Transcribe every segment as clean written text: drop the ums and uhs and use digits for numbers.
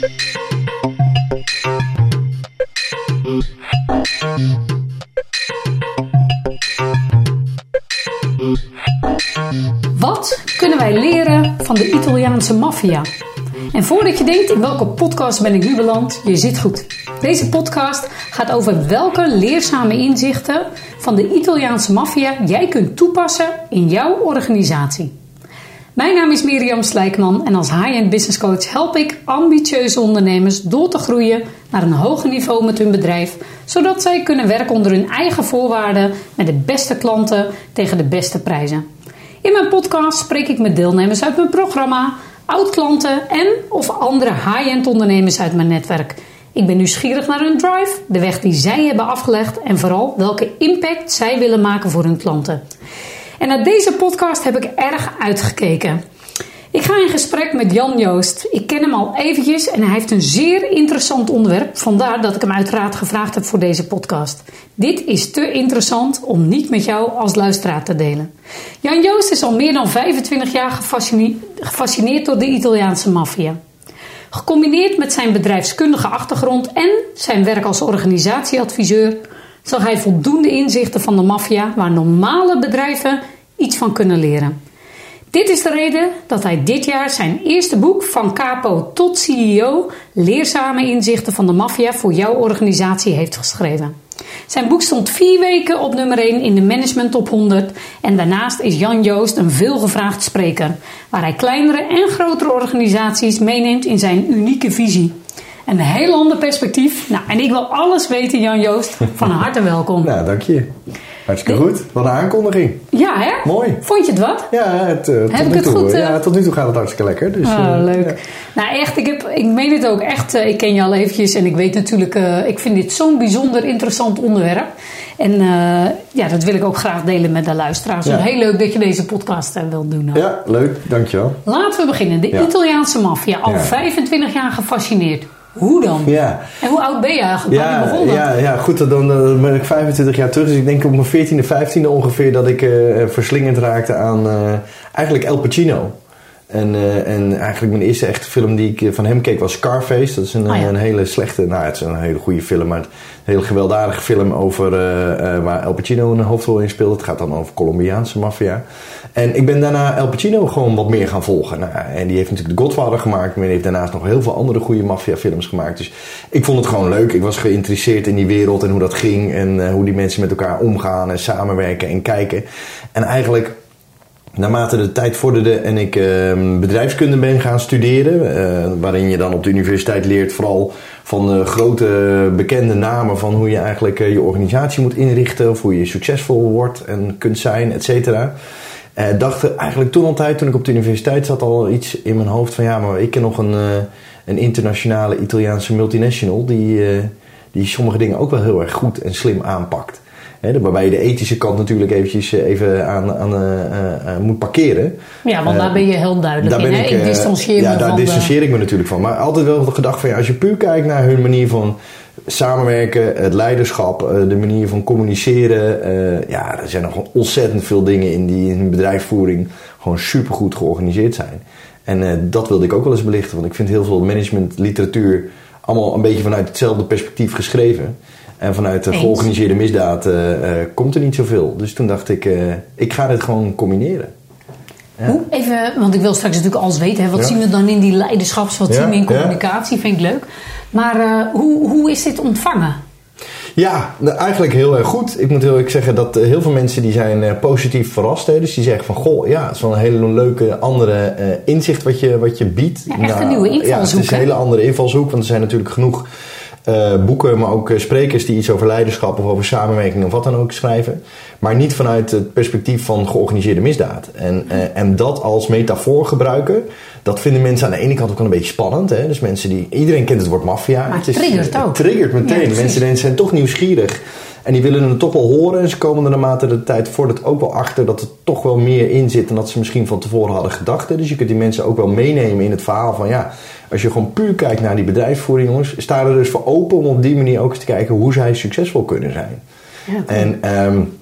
Wat kunnen wij leren van de Italiaanse maffia? En voordat je denkt in welke podcast ben ik nu beland, je zit goed. Deze podcast gaat over welke leerzame inzichten van de Italiaanse maffia jij kunt toepassen in jouw organisatie. Mijn naam is Mirjam Slijkman en als high-end business coach help ik ambitieuze ondernemers door te groeien naar een hoger niveau met hun bedrijf, zodat zij kunnen werken onder hun eigen voorwaarden met de beste klanten tegen de beste prijzen. In mijn podcast spreek ik met deelnemers uit mijn programma, oud-klanten en of andere high-end ondernemers uit mijn netwerk. Ik ben nieuwsgierig naar hun drive, de weg die zij hebben afgelegd en vooral welke impact zij willen maken voor hun klanten. En naar deze podcast heb ik erg uitgekeken. Ik ga in gesprek met Jan Joost. Ik ken hem al eventjes en hij heeft een zeer interessant onderwerp. Vandaar dat ik hem uiteraard gevraagd heb voor deze podcast. Dit is te interessant om niet met jou als luisteraar te delen. Jan Joost is al meer dan 25 jaar gefascineerd door de Italiaanse maffia. Gecombineerd met zijn bedrijfskundige achtergrond en zijn werk als organisatieadviseur zag hij voldoende inzichten van de maffia waar normale bedrijven iets van kunnen leren. Dit is de reden dat hij dit jaar zijn eerste boek Van Capo tot CEO, leerzame inzichten van de maffia voor jouw organisatie heeft geschreven. Zijn boek stond 4 weken op nummer 1 in de Management Top 100 en daarnaast is Jan Joost een veelgevraagd spreker, waar hij kleinere en grotere organisaties meeneemt in zijn unieke visie. Een heel ander perspectief. Nou, en ik wil alles weten, Jan Joost. Van harte welkom. Nou, dank je. Hartstikke goed. Wat een aankondiging. Ja, hè? Mooi. Vond je het wat? Ja, tot nu toe gaat het hartstikke lekker. Dus, leuk. Ja. Nou, echt, ik meen het ook echt. Ik ken je al eventjes en ik weet natuurlijk, ik vind dit zo'n bijzonder interessant onderwerp. En dat wil ik ook graag delen met de luisteraars. Ja. Heel leuk dat je deze podcast wilt doen. Ja, leuk. Dankjewel. Laten we beginnen. De Italiaanse maffia. Al 25 jaar gefascineerd. Hoe dan? Ja. En hoe oud ben je eigenlijk? Wanneer begon dat? Ja, goed, dan ben ik 25 jaar terug. Dus ik denk op mijn 14e, 15e ongeveer dat ik verslingend raakte aan eigenlijk El Pacino. En eigenlijk mijn eerste echte film die ik van hem keek was Scarface. Dat is een hele slechte, het is een hele goede film, maar een hele gewelddadige film over waar El Pacino een hoofdrol in speelt. Het gaat dan over Colombiaanse maffia. En ik ben daarna El Pacino gewoon wat meer gaan volgen. Nou, en die heeft natuurlijk The Godfather gemaakt, maar die heeft daarnaast nog heel veel andere goede maffiafilms gemaakt. Dus ik vond het gewoon leuk. Ik was geïnteresseerd in die wereld en hoe dat ging en hoe die mensen met elkaar omgaan en samenwerken en kijken. En eigenlijk naarmate de tijd vorderde en ik bedrijfskunde ben gaan studeren, waarin je dan op de universiteit leert vooral van de grote bekende namen van hoe je eigenlijk je organisatie moet inrichten of hoe je succesvol wordt en kunt zijn, et cetera. Dacht eigenlijk toen altijd, toen ik op de universiteit zat, al iets in mijn hoofd van maar ik ken nog een internationale Italiaanse multinational die sommige dingen ook wel heel erg goed en slim aanpakt. Waarbij je de ethische kant natuurlijk eventjes even aan moet parkeren. Ja, want daar ben je heel duidelijk in. Ik distancieer me van. Daar distancieer ik me natuurlijk van. Maar altijd wel gedacht van als je puur kijkt naar hun manier van samenwerken, het leiderschap, de manier van communiceren. Er zijn nog ontzettend veel dingen in die in bedrijfsvoering gewoon supergoed georganiseerd zijn. En dat wilde ik ook wel eens belichten. Want ik vind heel veel managementliteratuur allemaal een beetje vanuit hetzelfde perspectief geschreven. En vanuit de georganiseerde misdaad komt er niet zoveel. Dus toen dacht ik ga dit gewoon combineren. Ja. Hoe? Even, want ik wil straks natuurlijk alles weten. Wat zien we dan in die leiderschaps? Wat zien we in communicatie? Vind ik leuk. Maar hoe is dit ontvangen? Ja, eigenlijk heel erg goed. Ik moet heel erg zeggen dat heel veel mensen die zijn positief verrast. Hè? Dus die zeggen van, het is wel een hele leuke andere inzicht wat je biedt. Ja, echt een nieuwe invalshoek. Ja, het is een hele andere invalshoek. Want er zijn natuurlijk genoeg boeken, maar ook sprekers die iets over leiderschap of over samenwerking of wat dan ook schrijven. Maar niet vanuit het perspectief van georganiseerde misdaad. En dat als metafoor gebruiken, dat vinden mensen aan de ene kant ook wel een beetje spannend. Hè? Dus iedereen kent het woord maffia. Maar het triggert ook. Het triggert meteen. Ja, mensen zijn toch nieuwsgierig. En die willen het toch wel horen. En ze komen er naarmate de tijd vordert ook wel achter dat er toch wel meer in zit dan dat ze misschien van tevoren hadden gedacht. Dus je kunt die mensen ook wel meenemen in het verhaal van als je gewoon puur kijkt naar die bedrijfsvoering, jongens, sta er dus voor open om op die manier ook eens te kijken hoe zij succesvol kunnen zijn. Ja, cool. En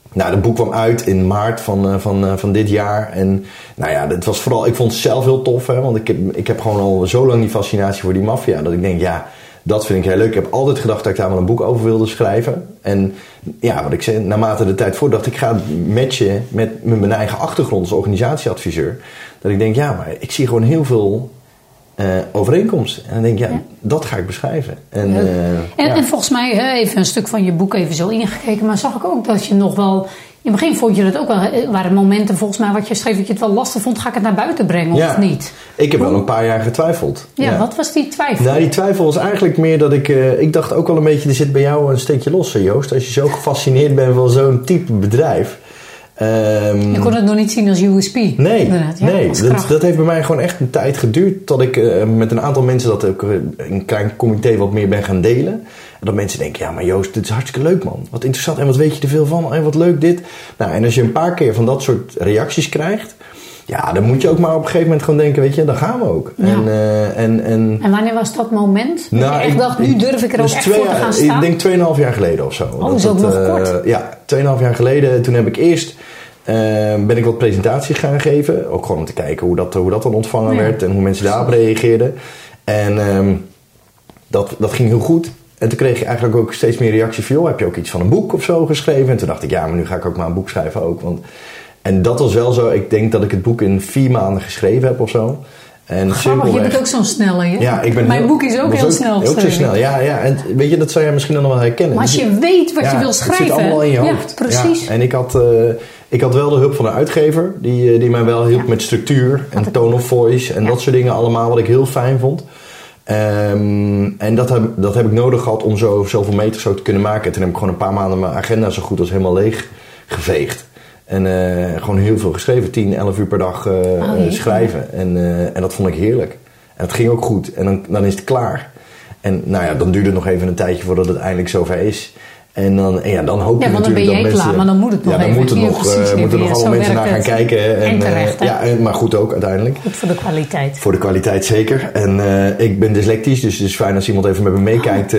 Nou, het boek kwam uit in maart van dit jaar. En nou ja, het was vooral, ik vond het zelf heel tof. Hè, want ik heb gewoon al zo lang die fascinatie voor die maffia. Dat ik denk, ja, dat vind ik heel leuk. Ik heb altijd gedacht dat ik daar wel een boek over wilde schrijven. En ja, wat ik zei, naarmate de tijd voor dacht ik ga matchen met mijn eigen achtergrond als organisatieadviseur. Dat ik denk, ja, maar ik zie gewoon heel veel overeenkomsten. En dan denk ik, ja, dat ga ik beschrijven. En volgens mij, even een stuk van je boek even zo ingekeken, maar zag ik ook dat je nog wel... In het begin vond je dat ook wel... waren momenten volgens mij wat je schreef dat je het wel lastig vond. Ga ik het naar buiten brengen of niet? Ik heb wel een paar jaar getwijfeld. Ja, wat was die twijfel? Nou, die twijfel was eigenlijk meer dat ik dacht ook wel een beetje... Er zit bij jou een steekje los, Joost. Als je zo gefascineerd bent van zo'n type bedrijf... je kon het nog niet zien als USP. Nee, dat heeft bij mij gewoon echt een tijd geduurd... tot ik met een aantal mensen dat ook een klein comité wat meer ben gaan delen. En dat mensen denken, ja maar Joost, dit is hartstikke leuk man. Wat interessant en wat weet je er veel van en wat leuk dit. Nou, en als je een paar keer van dat soort reacties krijgt... Ja, dan moet je ook maar op een gegeven moment gewoon denken, weet je, dan gaan we ook. Ja. En wanneer was dat moment? Dat je echt dacht, nu durf ik er ook echt voor te gaan staan? Ik denk 2,5 jaar geleden of zo. Oh, is ook nog kort? Ja, 2,5 jaar geleden. Toen heb ik eerst... ben ik wat presentaties gaan geven. Ook gewoon om te kijken hoe dat dan ontvangen werd. En hoe mensen daarop reageerden. En dat ging heel goed. En toen kreeg je eigenlijk ook steeds meer reactie van... joh, heb je ook iets van een boek of zo geschreven? En toen dacht ik, ja, maar nu ga ik ook maar een boek schrijven ook. En dat was wel zo. Ik denk dat ik het boek in 4 maanden geschreven heb of zo. En grappig, je bent ook zo'n snelle, hè? Ja, mijn boek is ook heel snel geschreven. Ook zo snel, ja. En weet je, dat zou jij misschien nog wel herkennen. Maar als je weet wat je wil schrijven... Het zit allemaal in je hoofd. Ja, precies. Ja, en ik had wel de hulp van een uitgever... die mij wel hielp met structuur en tone of voice... en dat soort dingen allemaal, wat ik heel fijn vond. En dat heb ik nodig gehad om zoveel meters zo te kunnen maken. En toen heb ik gewoon een paar maanden mijn agenda zo goed als helemaal leeg geveegd. En gewoon heel veel geschreven. 10, 11 uur per dag schrijven. En dat vond ik heerlijk. En het ging ook goed. En dan is het klaar. En nou ja, dan duurt het nog even een tijdje voordat het eindelijk zover is. En dan hoop je natuurlijk dat mensen... Ja, dan ben jij klaar, maar dan moet het nog even. Dan moeten nog allemaal mensen naar gaan kijken. En terecht, maar goed ook uiteindelijk. Goed voor de kwaliteit. Voor de kwaliteit zeker. En ik ben dyslectisch, dus het is fijn als iemand even met me meekijkt...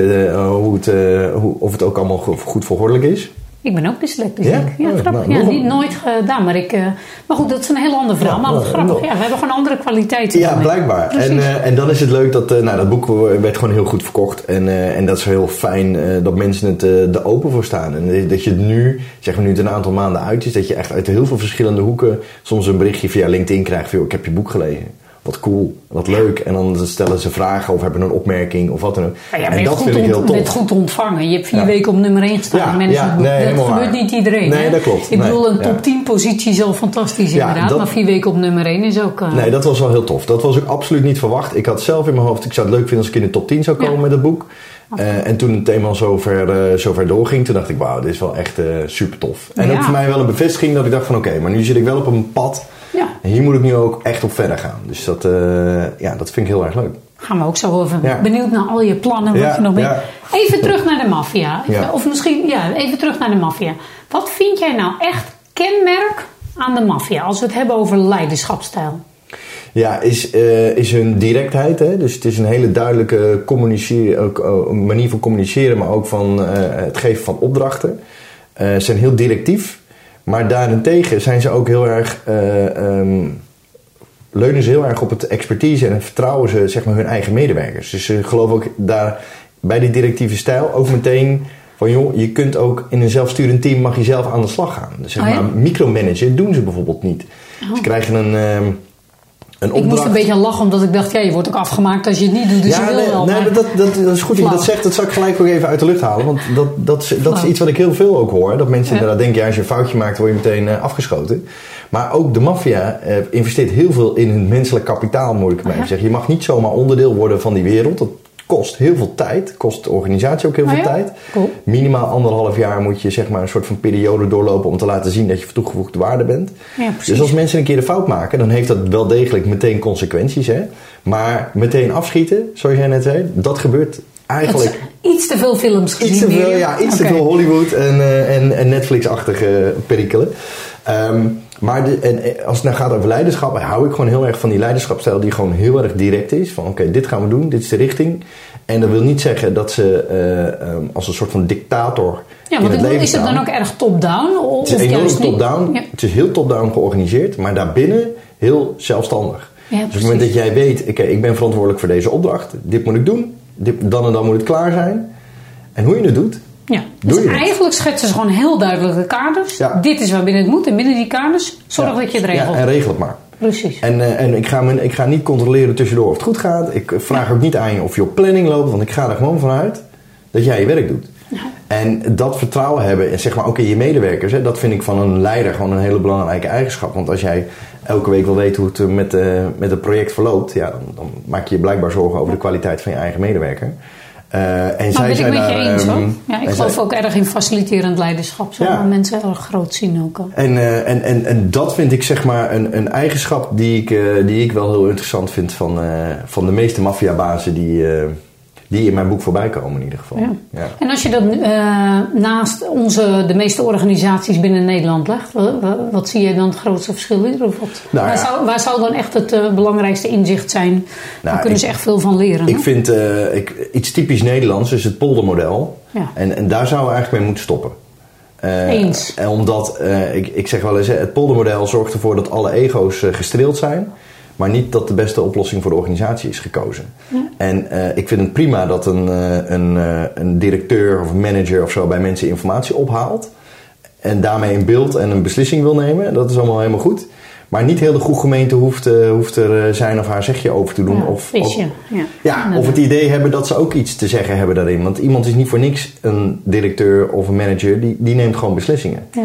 of het ook allemaal goed verhoordelijk is. Ik ben ook dyslectisch. Ja, grappig. Niet nooit gedaan, maar goed, dat is een heel ander verhaal. Maar wat grappig, we hebben gewoon andere kwaliteiten. Ja, blijkbaar. En dan is het leuk dat boek werd gewoon heel goed verkocht. En dat is heel fijn dat mensen het er open voor staan. En dat je het nu, zeg maar nu het een aantal maanden uit is, dat je echt uit heel veel verschillende hoeken soms een berichtje via LinkedIn krijgt van, ik heb je boek gelezen. Wat cool, wat leuk. En dan stellen ze vragen of hebben een opmerking of wat dan ook. En dat vind ik heel tof. Je bent goed ontvangen. Je hebt 4 weken op nummer 1 gestaan. Dat gebeurt niet iedereen. Nee, dat klopt. Ik bedoel, een top 10 positie is al fantastisch inderdaad. Maar 4 weken op nummer 1 is ook... Nee, dat was wel heel tof. Dat was ook absoluut niet verwacht. Ik had zelf in mijn hoofd, ik zou het leuk vinden als ik in de top 10 zou komen met het boek. En toen het eenmaal zover doorging, toen dacht ik, wauw, dit is wel echt super tof. En ook voor mij wel een bevestiging dat ik dacht van oké, maar nu zit ik wel op een pad... Ja. En hier moet ik nu ook echt op verder gaan. Dus dat vind ik heel erg leuk. Gaan we ook zo even benieuwd naar al je plannen. Wat je nog mee... Even terug naar de maffia. Of misschien, even terug naar de maffia. Wat vind jij nou echt kenmerk aan de maffia? Als we het hebben over leiderschapsstijl. Ja, is hun directheid. Hè? Dus het is een hele duidelijke manier van communiceren. Maar ook van het geven van opdrachten. Ze zijn heel directief. Maar daarentegen zijn ze ook heel erg, leunen ze heel erg op het expertise en vertrouwen ze zeg maar hun eigen medewerkers. Dus ze geloven ook daar bij die directieve stijl ook meteen van joh, je kunt ook in een zelfsturend team mag je zelf aan de slag gaan. Dus zeg maar micromanagen doen ze bijvoorbeeld niet. Ze krijgen een opdracht. Ik moest een beetje lachen omdat ik dacht, je wordt ook afgemaakt als je het niet doet. Dus je wil wel. Nee, dat is goed dat je dat zegt. Dat zal ik gelijk ook even uit de lucht halen. Want dat is iets wat ik heel veel ook hoor. Dat mensen inderdaad denken, als je een foutje maakt, word je meteen afgeschoten. Maar ook de maffia investeert heel veel in hun menselijk kapitaal, moet ik maar even zeggen. Je mag niet zomaar onderdeel worden van die wereld. Dat kost heel veel tijd. Kost de organisatie ook heel veel tijd. Cool. Minimaal 1,5 jaar moet je zeg maar een soort van periode doorlopen om te laten zien dat je van toegevoegde waarde bent. Ja, dus als mensen een keer de fout maken, dan heeft dat wel degelijk meteen consequenties. Hè? Maar meteen afschieten, zoals jij net zei, dat gebeurt eigenlijk... Iets te veel films gezien. Iets te veel Hollywood en Netflix-achtige perikelen. Maar als het nou gaat over leiderschap, hou ik gewoon heel erg van die leiderschapsstijl die gewoon heel erg direct is. Van oké, dit gaan we doen, dit is de richting. En dat wil niet zeggen dat ze als een soort van dictator in het leven is het dan ook erg top-down? Het is enorm top-down. Ja. Het is heel top-down georganiseerd, maar daarbinnen heel zelfstandig. Ja, dus op het moment dat jij weet, ik ben verantwoordelijk voor deze opdracht. Dit moet ik doen. Dan en dan moet het klaar zijn. En hoe je het doet, ja, dus eigenlijk schetsen ze gewoon heel duidelijke kaders. Ja. Dit is waarbinnen het moet. En binnen die kaders zorg dat je het regelt. Ja, en regel het maar. Precies. En ik ga niet controleren tussendoor of het goed gaat. Ik vraag ook niet aan je of je op planning loopt. Want ik ga er gewoon vanuit dat jij je werk doet. Ja. En dat vertrouwen hebben, en zeg maar ook in je medewerkers. Dat vind ik van een leider gewoon een hele belangrijke eigenschap. Want als jij elke week wil weten hoe het met het project verloopt. Ja, dan maak je je blijkbaar zorgen over de kwaliteit van je eigen medewerker. En zij zijn met je eens hoor. Ja, ik geloof ook erg in faciliterend leiderschap. Zodat mensen heel groot zien ook. En dat vind ik zeg maar een eigenschap die ik wel heel interessant vind van de meeste maffiabazen die in mijn boek voorbij komen in ieder geval. Ja. Ja. En als je dat naast de meeste organisaties binnen Nederland legt, wat zie je dan het grootste verschil in? Of waar zou dan echt het belangrijkste inzicht zijn? Daar kunnen ze echt veel van leren. Ik vind iets typisch Nederlands is het poldermodel. Ja. En daar zouden we eigenlijk mee moeten stoppen. Eens. Omdat, ik zeg wel eens, het poldermodel zorgt ervoor dat alle ego's gestreeld zijn. Maar niet dat de beste oplossing voor de organisatie is gekozen. Ja. En ik vind het prima dat een directeur of een manager of zo bij mensen informatie ophaalt. En daarmee een beeld en een beslissing wil nemen. Dat is allemaal helemaal goed. Maar niet heel de goede gemeente hoeft er zijn of haar zegje over te doen. Ja, of het idee hebben dat ze ook iets te zeggen hebben daarin. Want iemand is niet voor niks een directeur of een manager. Die neemt gewoon beslissingen. Ja.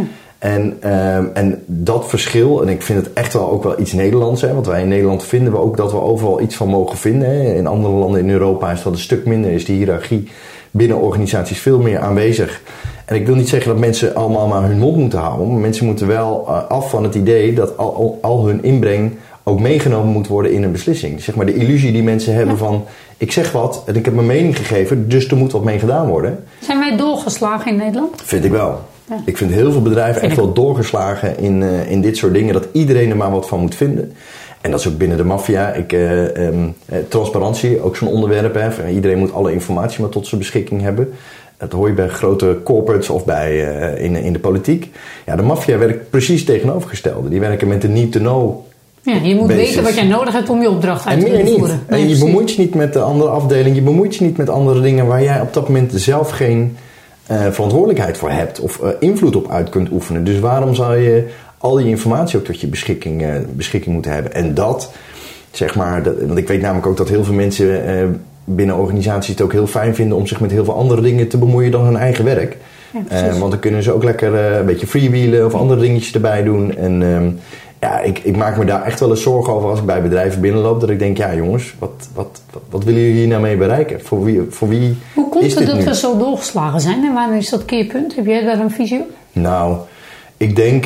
En dat verschil, en ik vind het echt wel ook wel iets Nederlands. Hè, want wij in Nederland vinden we ook dat we overal iets van mogen vinden. Hè. In andere landen in Europa is dat een stuk minder. Is die hiërarchie binnen organisaties veel meer aanwezig. En ik wil niet zeggen dat mensen allemaal maar hun mond moeten houden. Maar mensen moeten wel af van het idee dat al hun inbreng ook meegenomen moet worden in een beslissing. Zeg maar de illusie die mensen hebben van, ik zeg wat en ik heb mijn mening gegeven, dus er moet wat mee gedaan worden. Zijn wij doorgeslagen in Nederland? Vind ik wel. Ja. Ik vind heel veel bedrijven echt wel doorgeslagen in dit soort dingen. Dat iedereen er maar wat van moet vinden. En dat is ook binnen de maffia. Transparantie, ook zo'n onderwerp. Hè. Iedereen moet alle informatie maar tot zijn beschikking hebben. Dat hoor je bij grote corporates of in de politiek. Ja, de maffia werkt precies tegenovergestelde. Die werken met de need to know. Ja, je moet weten wat jij nodig hebt om je opdracht uit te kunnen voeren. Nee, en je bemoeit je niet met de andere afdeling. Je bemoeit je niet met andere dingen waar jij op dat moment zelf geen verantwoordelijkheid voor hebt of invloed op uit kunt oefenen. Dus waarom zou je al die informatie ook tot je beschikking moeten hebben? En dat, zeg maar, want ik weet namelijk ook dat heel veel mensen binnen organisaties het ook heel fijn vinden om zich met heel veel andere dingen te bemoeien dan hun eigen werk. Ja, want dan kunnen ze ook lekker een beetje freewheelen of andere dingetjes erbij doen. En ik maak me daar echt wel eens zorgen over als ik bij bedrijven binnenloop. Dat ik denk, ja jongens, wat willen jullie hier nou mee bereiken? Voor wie Hoe komt het dat we zo doorgeslagen zijn? En wanneer is dat keerpunt? Heb jij daar een visie op? Nou, ik denk,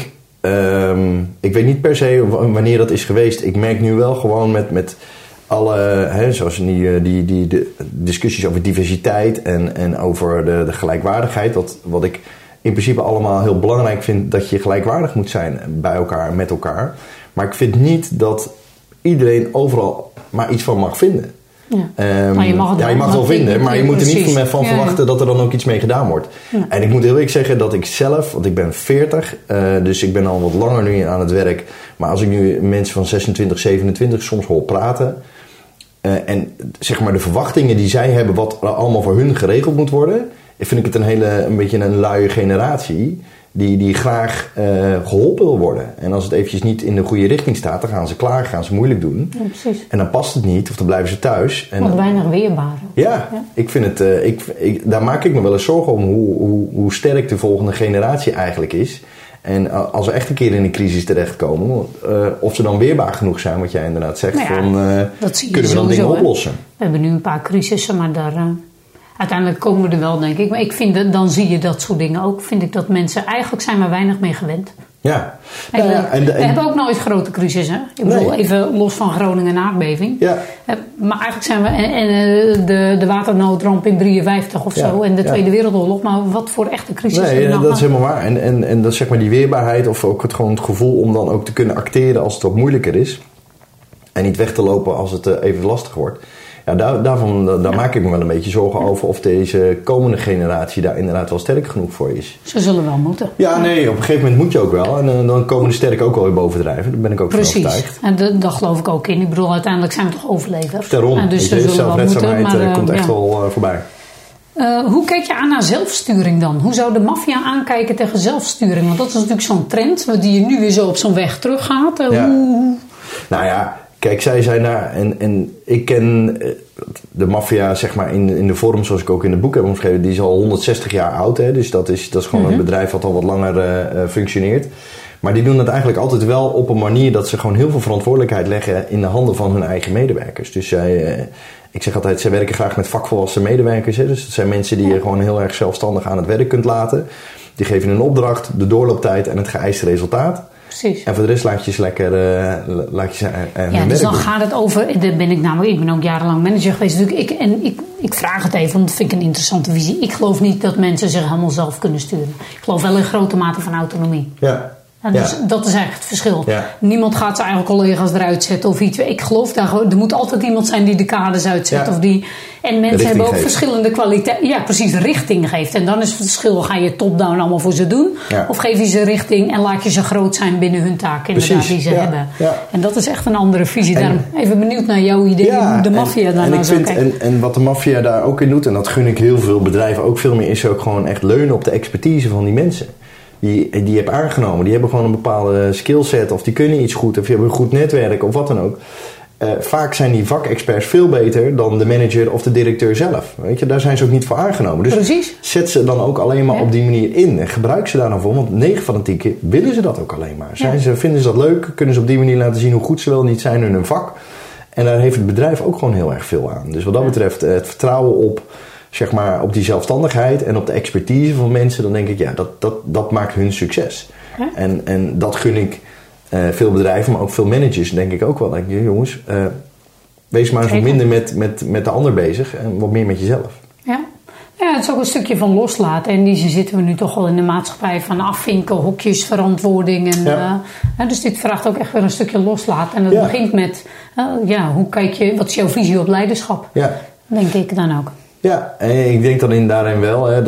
ik weet niet per se wanneer dat is geweest. Ik merk nu wel gewoon met alle, zoals die discussies over diversiteit en over de gelijkwaardigheid. Wat ik in principe allemaal heel belangrijk vind, dat je gelijkwaardig moet zijn bij elkaar, met elkaar. Maar ik vind niet dat iedereen overal maar iets van mag vinden. Ja. Maar je mag het wel vinden, maar je moet er niet van verwachten dat er dan ook iets mee gedaan wordt. Ja. En ik moet heel eerlijk zeggen dat ik zelf, want ik ben 40, dus ik ben al wat langer nu aan het werk. Maar als ik nu mensen van 26, 27 soms hoor praten, en zeg maar de verwachtingen die zij hebben wat er allemaal voor hun geregeld moet worden, vind ik het een beetje een luie generatie die graag geholpen wil worden. En als het eventjes niet in de goede richting staat, dan gaan ze klaar, gaan ze moeilijk doen. Ja, precies. En dan past het niet, of dan blijven ze thuis. Wat weinig weerbaar. Ja, ik vind het, daar maak ik me wel eens zorgen om hoe sterk de volgende generatie eigenlijk is. En als we echt een keer in een crisis terechtkomen, of ze dan weerbaar genoeg zijn, wat jij inderdaad zegt, kunnen we dan dingen oplossen. We hebben nu een paar crisissen, maar uiteindelijk komen we er wel, denk ik. Maar ik vind dan zie je dat soort dingen ook. Vind ik dat mensen eigenlijk zijn maar weinig mee gewend. Ja. We hebben ook nooit grote crisis, hè? Ik bedoel, even los van Groningen en aardbeving. Ja. Maar eigenlijk zijn we... de waternoodramp in 53 of zo. En de Tweede Wereldoorlog. Maar wat voor echte crisis Nee, dat is helemaal waar. En dat is zeg maar die weerbaarheid of ook gewoon het gevoel om dan ook te kunnen acteren als het wat moeilijker is. En niet weg te lopen als het even lastig wordt. Ja, daar maak ik me wel een beetje zorgen over of deze komende generatie daar inderdaad wel sterk genoeg voor is. Ze zullen wel moeten. Ja, nee, op een gegeven moment moet je ook wel. En dan komen de sterken ook wel weer bovendrijven. Daar ben ik ook van overtuigd. En daar geloof ik ook in. Ik bedoel, uiteindelijk zijn we toch overlevers. Daarom. En dus ze zullen wel moeten. Maar, komt echt wel voorbij. Hoe kijk je aan naar zelfsturing dan? Hoe zou de maffia aankijken tegen zelfsturing? Want dat is natuurlijk zo'n trend die je nu weer zo op zo'n weg teruggaat. Nou ja, kijk, zij zijn daar en ik ken de maffia zeg maar in de vorm zoals ik ook in het boek heb omschreven. Die is al 160 jaar oud, hè, dus dat is gewoon een bedrijf wat al wat langer functioneert. Maar die doen het eigenlijk altijd wel op een manier dat ze gewoon heel veel verantwoordelijkheid leggen in de handen van hun eigen medewerkers. Dus ik zeg altijd, zij werken graag met vakvolwassen medewerkers. Hè, dus dat zijn mensen die je gewoon heel erg zelfstandig aan het werk kunt laten. Die geven een opdracht, de doorlooptijd en het geëiste resultaat. Precies. En voor de rest laat je ze lekker dus dan gaat het over... Ik ben ook jarenlang manager geweest. Ik vraag het even, want dat vind ik een interessante visie. Ik geloof niet dat mensen zich helemaal zelf kunnen sturen. Ik geloof wel in grote mate van autonomie. Ja. Dus dat is eigenlijk het verschil. Ja. Niemand gaat zijn eigen collega's eruit zetten of iets. Ik geloof er moet altijd iemand zijn die de kaders uitzet. Ja. En mensen hebben ook verschillende kwaliteiten. Ja, precies, richting geeft. En dan is het verschil, ga je top-down allemaal voor ze doen? Ja. Of geef je ze richting en laat je ze groot zijn binnen hun taak inderdaad die ze hebben. Ja. En dat is echt een andere visie. Daarom even benieuwd naar jouw idee hoe de maffia daar nou zo kijkt. En wat de maffia daar ook in doet, en dat gun ik heel veel bedrijven ook veel meer, is ook gewoon echt leunen op de expertise van die mensen. Die je hebt aangenomen. Die hebben gewoon een bepaalde skillset. Of die kunnen iets goed. Of die hebben een goed netwerk. Of wat dan ook. Vaak zijn die vakexperts veel beter dan de manager of de directeur zelf. Weet je, daar zijn ze ook niet voor aangenomen. Dus precies. Zet ze dan ook alleen maar op die manier in. En gebruik ze daar dan voor. Want 9 van de 10 keer willen ze dat ook alleen maar. Vinden ze dat leuk? Kunnen ze op die manier laten zien hoe goed ze wel niet zijn in hun vak? En daar heeft het bedrijf ook gewoon heel erg veel aan. Dus wat dat betreft het vertrouwen op... zeg maar op die zelfstandigheid en op de expertise van mensen, dan denk ik, ja, dat maakt hun succes. Ja. En dat gun ik veel bedrijven, maar ook veel managers, denk ik ook wel. Denk je, jongens, wees maar eens wat minder met de ander bezig en wat meer met jezelf. Ja. Ja, het is ook een stukje van loslaten. En in die zin zitten we nu toch wel in de maatschappij van afvinken, hokjes, verantwoording. Dus dit vraagt ook echt weer een stukje loslaten. En dat begint met, hoe kijk je, wat is jouw visie op leiderschap? Ja. Denk ik dan ook. Ja, en ik denk dan daarin wel, hè,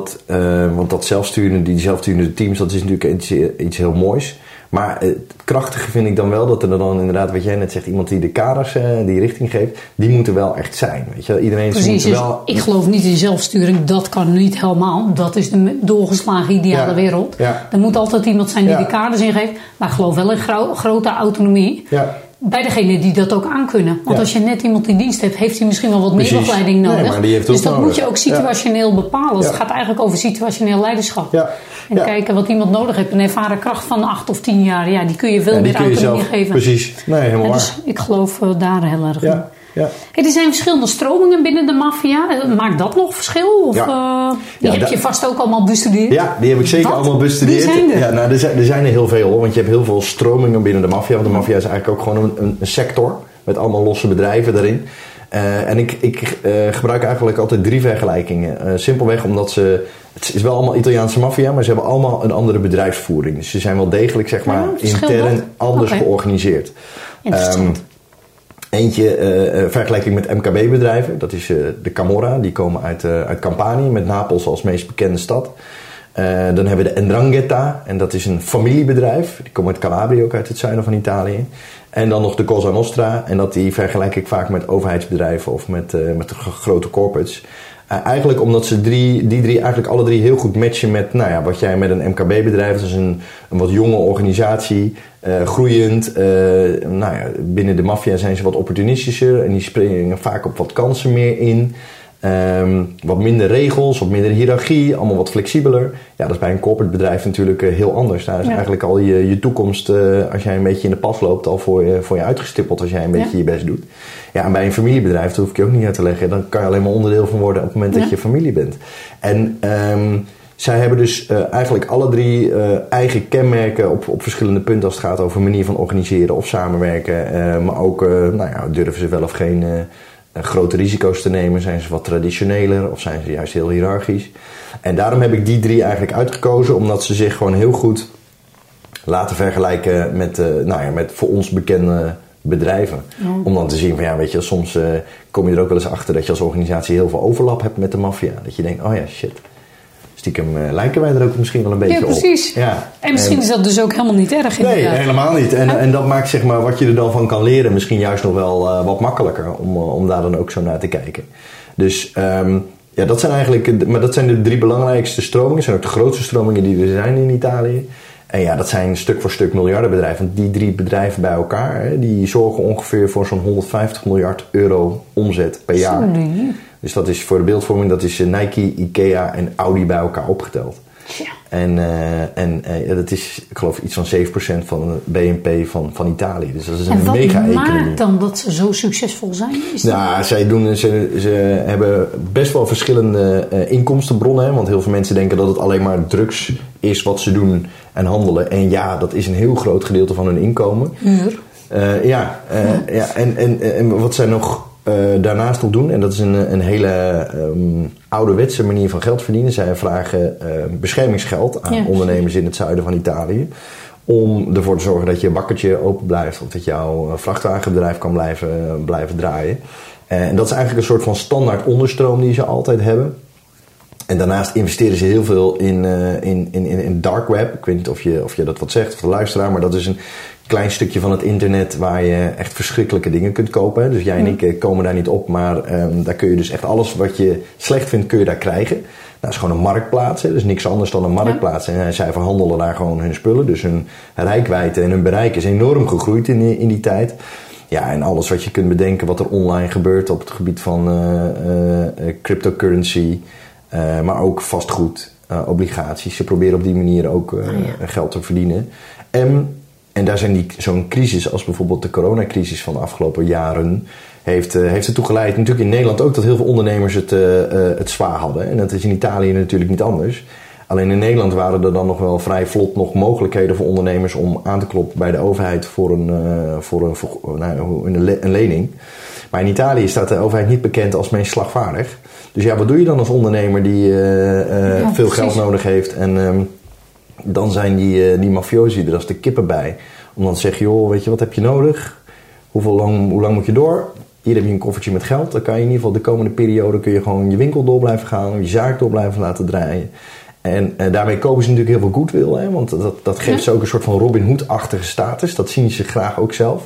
want dat die zelfsturende teams, dat is natuurlijk iets heel moois. Maar het krachtige vind ik dan wel dat er dan inderdaad, wat jij net zegt, iemand die de kaders, die richting geeft, die moeten wel echt zijn. Weet je? Iedereen precies, dus wel... ik geloof niet in zelfsturing, dat kan niet helemaal. Dat is de doorgeslagen ideale wereld. Ja. Er moet altijd iemand zijn die de kaders ingeeft. Maar ik geloof wel in grote autonomie. Ja. Bij degene die dat ook aankunnen. Want als je net iemand in dienst hebt, heeft hij misschien wel wat meer begeleiding nodig. Nee, maar die heeft dus dat moet je ook situationeel bepalen. Dus het gaat eigenlijk over situationeel leiderschap. Ja. En kijken wat iemand nodig heeft. Een ervaren kracht van 8 of 10 jaar, die kun je veel meer autonomie geven. Precies, nee, helemaal waar. Dus ik geloof daar heel erg in. Ja. Hey, er zijn verschillende stromingen binnen de maffia. Maakt dat nog verschil? Of, die heb je vast ook allemaal bestudeerd? Ja, die heb ik zeker allemaal bestudeerd. Wie zijn er? Ja, nou, er zijn er heel veel, hoor, want je hebt heel veel stromingen binnen de maffia. Want de maffia is eigenlijk ook gewoon een sector met allemaal losse bedrijven daarin. En ik gebruik eigenlijk altijd 3 vergelijkingen. Simpelweg omdat het is wel allemaal Italiaanse maffia, maar ze hebben allemaal een andere bedrijfsvoering. Dus ze zijn wel degelijk, zeg maar, intern anders georganiseerd. Interessant. Eentje vergelijking met MKB-bedrijven. Dat is de Camorra. Die komen uit Campanië, met Napels als meest bekende stad. Dan hebben we de 'Ndrangheta. En dat is een familiebedrijf. Die komt uit Calabria, ook uit het zuiden van Italië. En dan nog de Cosa Nostra. En die vergelijk ik vaak met overheidsbedrijven of met de grote corporates. Eigenlijk omdat ze die drie eigenlijk alle 3 heel goed matchen met wat jij met een MKB-bedrijf. Dat is een wat jonge organisatie, groeiend. Binnen de maffia zijn ze wat opportunistischer en die springen vaak op wat kansen meer in. Wat minder regels, wat minder hiërarchie, allemaal wat flexibeler. Ja, dat is bij een corporate bedrijf natuurlijk heel anders. Daar is eigenlijk al je toekomst, als jij een beetje in de pas loopt, al voor je uitgestippeld als jij een beetje je best doet. Ja, en bij een familiebedrijf, dat hoef ik je ook niet uit te leggen, dan kan je alleen maar onderdeel van worden op het moment dat je familie bent. En zij hebben dus eigenlijk alle 3 eigen kenmerken op verschillende punten als het gaat over manier van organiseren of samenwerken. Maar ook durven ze wel of geen grote risico's te nemen. Zijn ze wat traditioneler of zijn ze juist heel hiërarchisch? En daarom heb ik die 3 eigenlijk uitgekozen, omdat ze zich gewoon heel goed laten vergelijken met voor ons bekende bedrijven. Om dan te zien van soms kom je er ook wel eens achter dat je als organisatie heel veel overlap hebt met de maffia. Dat je denkt, oh ja, shit. Stiekem lijken wij er ook misschien wel een beetje op. Ja, precies. Ja. En misschien is dat dus ook helemaal niet erg. Nee, inderdaad. helemaal niet. En dat maakt zeg maar wat je er dan van kan leren misschien juist nog wel wat makkelijker om daar dan ook zo naar te kijken. Dus dat zijn eigenlijk, maar dat zijn de 3 belangrijkste stromingen. Dat zijn ook de grootste stromingen die er zijn in Italië. En dat zijn stuk voor stuk miljardenbedrijven. Want die 3 bedrijven bij elkaar, die zorgen ongeveer voor zo'n 150 miljard euro omzet per jaar. Sorry. Dus dat is voor de beeldvorming, dat is Nike, Ikea en Audi bij elkaar opgeteld. Ja. En dat is, ik geloof, iets van 7% van de BNP van Italië. Dus dat is een mega-economie. En wat maakt dan dat ze zo succesvol zijn? Ze hebben best wel verschillende inkomstenbronnen. Hè? Want heel veel mensen denken dat het alleen maar drugs is wat ze doen en handelen. En dat is een heel groot gedeelte van hun inkomen. Huur. En wat zij nog daarnaast nog doen, en dat is een hele ouderwetse manier van geld verdienen. Zij vragen beschermingsgeld aan ondernemers in het zuiden van Italië. Om ervoor te zorgen dat je bakkertje open blijft. Of dat jouw vrachtwagenbedrijf kan blijven draaien. En dat is eigenlijk een soort van standaard onderstroom die ze altijd hebben. En daarnaast investeren ze heel veel in dark web. Ik weet niet of je dat wat zegt, of de luisteraar. Maar dat is een klein stukje van het internet waar je echt verschrikkelijke dingen kunt kopen. Hè. Dus jij en ik komen daar niet op. Maar daar kun je dus echt alles wat je slecht vindt, kun je daar krijgen. Dat is gewoon een marktplaats. Hè. Dus niks anders dan een marktplaats. En zij verhandelen daar gewoon hun spullen. Dus hun reikwijdte en hun bereik is enorm gegroeid in die tijd. Ja, en alles wat je kunt bedenken wat er online gebeurt op het gebied van cryptocurrency. Maar ook vastgoed, obligaties. Ze proberen op die manier ook geld te verdienen. En daar zijn zo'n crisis als bijvoorbeeld de coronacrisis van de afgelopen jaren heeft ertoe geleid, natuurlijk in Nederland ook, dat heel veel ondernemers het zwaar hadden. En dat is in Italië natuurlijk niet anders. Alleen in Nederland waren er dan nog wel vrij vlot nog mogelijkheden voor ondernemers om aan te kloppen bij de overheid voor een lening. Maar in Italië staat de overheid niet bekend als meest slagvaardig. Dus wat doe je dan als ondernemer die veel geld nodig heeft? En dan zijn die mafiosi er als de kippen bij. Om dan te zeggen, joh, weet je, wat heb je nodig? Hoe lang moet je door? Hier heb je een koffertje met geld. Dan kan je in ieder geval de komende periode kun je gewoon je winkel door blijven gaan. Je zaak door blijven laten draaien. En daarmee kopen ze natuurlijk heel veel goodwill. Hè? Want dat geeft ze ook een soort van Robin Hood-achtige status. Dat zien ze graag ook zelf.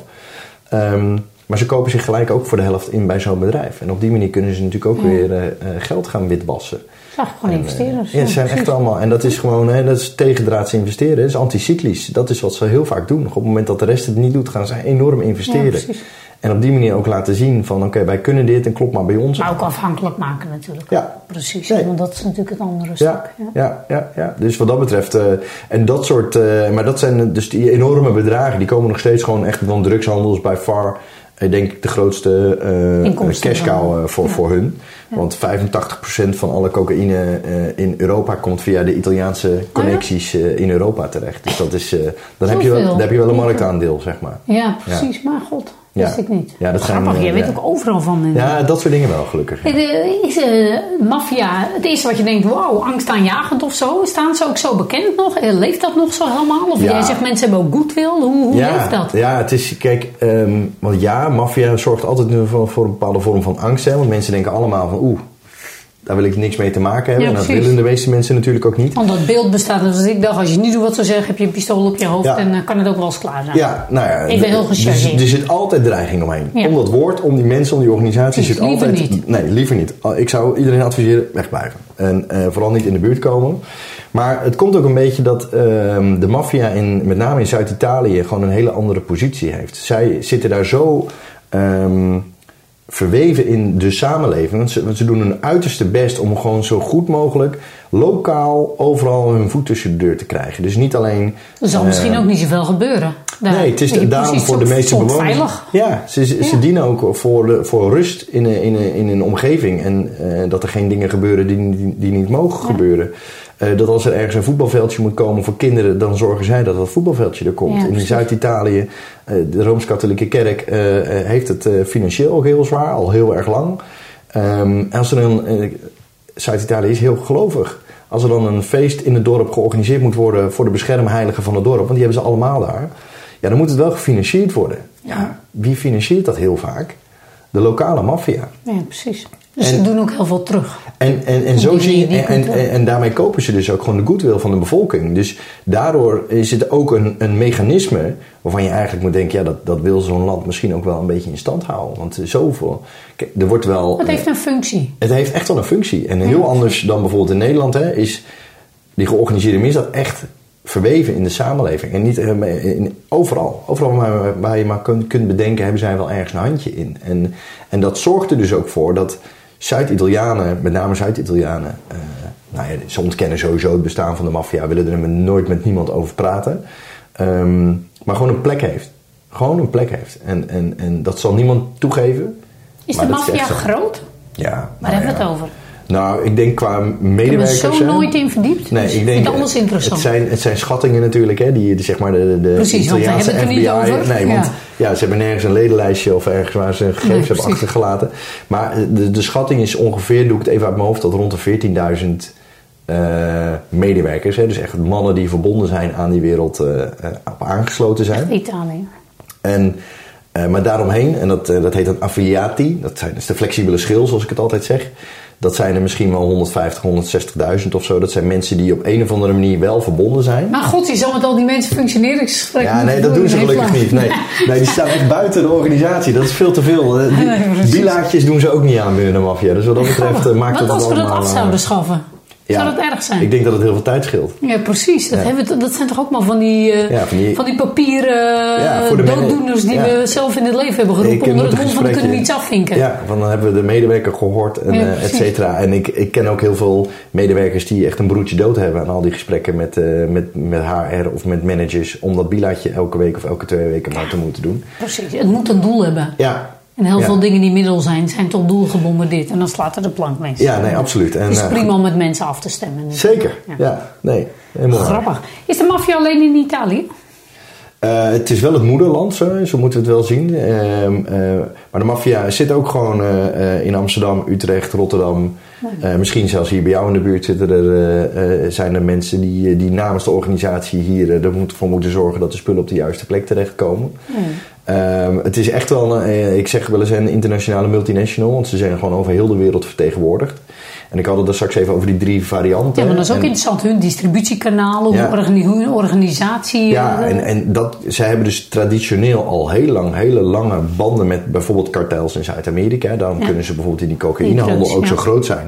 Maar ze kopen zich gelijk ook voor de helft in bij zo'n bedrijf. En op die manier kunnen ze natuurlijk ook weer geld gaan witwassen. Ja, gewoon investeerders. Ja, het zijn echt allemaal. En dat is gewoon, dat is tegendraads investeren. Dat is anticyclisch. Dat is wat ze heel vaak doen. Op het moment dat de rest het niet doet, gaan ze enorm investeren. Ja, en op die manier ook laten zien van oké, wij kunnen dit en klopt maar bij ons. Maar ook afhankelijk maken natuurlijk. Ja. Precies, want dat is natuurlijk het andere stuk. Ja. Dus wat dat betreft, en dat soort, maar dat zijn dus die enorme bedragen, die komen nog steeds gewoon echt van drugshandels by far. Ik denk de grootste cash cow voor hun. Ja. Want 85% van alle cocaïne in Europa komt via de Italiaanse connecties in Europa terecht. Dus dat is, dan heb je wel een marktaandeel, zeg maar. Ja, precies. Maar god, wist ik niet. Ja, dat grappig, jij weet ook overal van. Ja, dat soort dingen wel, gelukkig. Is maffia het eerste wat je denkt, wauw, angstaanjagend of zo? Staan ze ook zo bekend nog? Leeft dat nog zo helemaal? Of jij zegt mensen hebben ook goodwill. Hoe leeft dat? Ja, het is, kijk, want maffia zorgt altijd voor een bepaalde vorm van angst. Hè, want mensen denken allemaal van, daar wil ik niks mee te maken hebben. En dat willen de meeste mensen natuurlijk ook niet. Want dat beeld bestaat. Dus ik dacht, als je niet doet wat ze zeggen, heb je een pistool op je hoofd en kan het ook wel eens klaar zijn. Ja, nou ja. Even heel gechargeerd. Er zit altijd dreiging omheen. Ja. Om dat woord, om die mensen, om die organisatie zit altijd... Niet. Nee, liever niet. Ik zou iedereen adviseren, wegblijven. En vooral niet in de buurt komen. Maar het komt ook een beetje dat de maffia, met name in Zuid-Italië, gewoon een hele andere positie heeft. Zij zitten daar zo... verweven in de samenleving. Want ze doen hun uiterste best om gewoon zo goed mogelijk lokaal overal hun voet tussen de deur te krijgen. Dus niet alleen... Er zal misschien ook niet zoveel gebeuren. Nee, het is daarom voor de meeste bewoners. Veilig. Ja, ze dienen ook voor rust in een omgeving. En dat er geen dingen gebeuren die niet mogen gebeuren. Dat als er ergens een voetbalveldje moet komen voor kinderen, dan zorgen zij dat voetbalveldje er komt. Ja, in Zuid-Italië, de Rooms-Katholieke Kerk heeft het financieel ook heel zwaar, al heel erg lang. Als er Zuid-Italië is heel gelovig. Als er dan een feest in het dorp georganiseerd moet worden voor de beschermheiligen van het dorp, want die hebben ze allemaal daar. Ja, dan moet het wel gefinancierd worden. Ja, wie financiert dat heel vaak? De lokale maffia. Ja, precies. Dus ze doen ook heel veel terug. En zo zie je, en daarmee kopen ze dus ook gewoon de goodwill van de bevolking. Dus daardoor is het ook een mechanisme waarvan je eigenlijk moet denken, ja, dat wil zo'n land misschien ook wel een beetje in stand houden. Want zoveel, kijk, er wordt wel. Het heeft een functie. Het heeft echt wel een functie. En heel anders dan bijvoorbeeld in Nederland, is die georganiseerde misdaad echt verweven in de samenleving. En niet overal. Overal waar je maar kunt bedenken, hebben zij wel ergens een handje in. En dat zorgt er dus ook voor dat Zuid-Italianen, met name Zuid-Italianen, ze ontkennen sowieso het bestaan van de maffia, willen er nooit met niemand over praten. Maar gewoon een plek heeft. Gewoon een plek heeft. En dat zal niemand toegeven. Is de maffia groot? Ja. Waar hebben we het over? Nou, ik denk qua medewerkers. Ik heb er zo nooit in verdiept. Nee, dus ik denk, vind het alles interessant. Het zijn schattingen natuurlijk, hè, die zeg maar de precies, Italiaanse want we hebben het er FBI. niet over. Nee, want ze hebben nergens een ledenlijstje of ergens waar ze gegevens hebben achtergelaten. Maar de schatting is ongeveer, doe ik het even uit mijn hoofd, dat rond de 14.000 medewerkers. Hè, dus echt mannen die verbonden zijn aan die wereld aangesloten zijn. Echt Italië. Maar daaromheen, en dat heet dan affiliati, dat is de flexibele schil zoals ik het altijd zeg. Dat zijn er misschien wel 150.000, 160.000 of zo. Dat zijn mensen die op een of andere manier wel verbonden zijn. Maar god, die zal met al die mensen functioneringsgesprekken. Ja, nee, dat doen ze gelukkig niet. Nee, die staan echt buiten de organisatie. Dat is veel te veel. Bilaatjes doen ze ook niet aan binnen de maffia. Dus wat dat betreft maakt het allemaal. Wat als we dat af zouden schaffen? Zou dat erg zijn? Ik denk dat het heel veel tijd scheelt. Ja, precies. Dat zijn toch ook maar van die papieren dooddoeners die we zelf in het leven hebben geroepen onder het mond van kunnen we iets afvinken. Ja, van dan hebben we de medewerker gehoord en et cetera. En ik ken ook heel veel medewerkers die echt een broertje dood hebben aan al die gesprekken met HR of met managers om dat bilaatje elke week of elke 2 weken maar te moeten doen. Precies, het moet een doel hebben. Ja. En heel veel dingen die middel zijn tot doelgebonden dit. En dan slaat er de plank mee. Ja, nee, absoluut. Het is prima om met mensen af te stemmen. Zeker, ja. Nee, helemaal grappig. Is de maffia alleen in Italië? Het is wel het moederland, zo moeten we het wel zien. Maar de maffia zit ook gewoon in Amsterdam, Utrecht, Rotterdam. Misschien zelfs hier bij jou in de buurt zijn er mensen die namens de organisatie hier ervoor moeten zorgen dat de spullen op de juiste plek terechtkomen. Het is echt wel, ik zeg wel eens een internationale multinational, want ze zijn gewoon over heel de wereld vertegenwoordigd. En ik had het er straks even over die 3 varianten. Ja, maar dat is ook interessant. Hun distributiekanalen, hun organisatie. Ja, en zij hebben dus traditioneel al hele lange banden met bijvoorbeeld kartels in Zuid-Amerika. Daarom kunnen ze bijvoorbeeld in die cocaïnehandel ook zo groot zijn.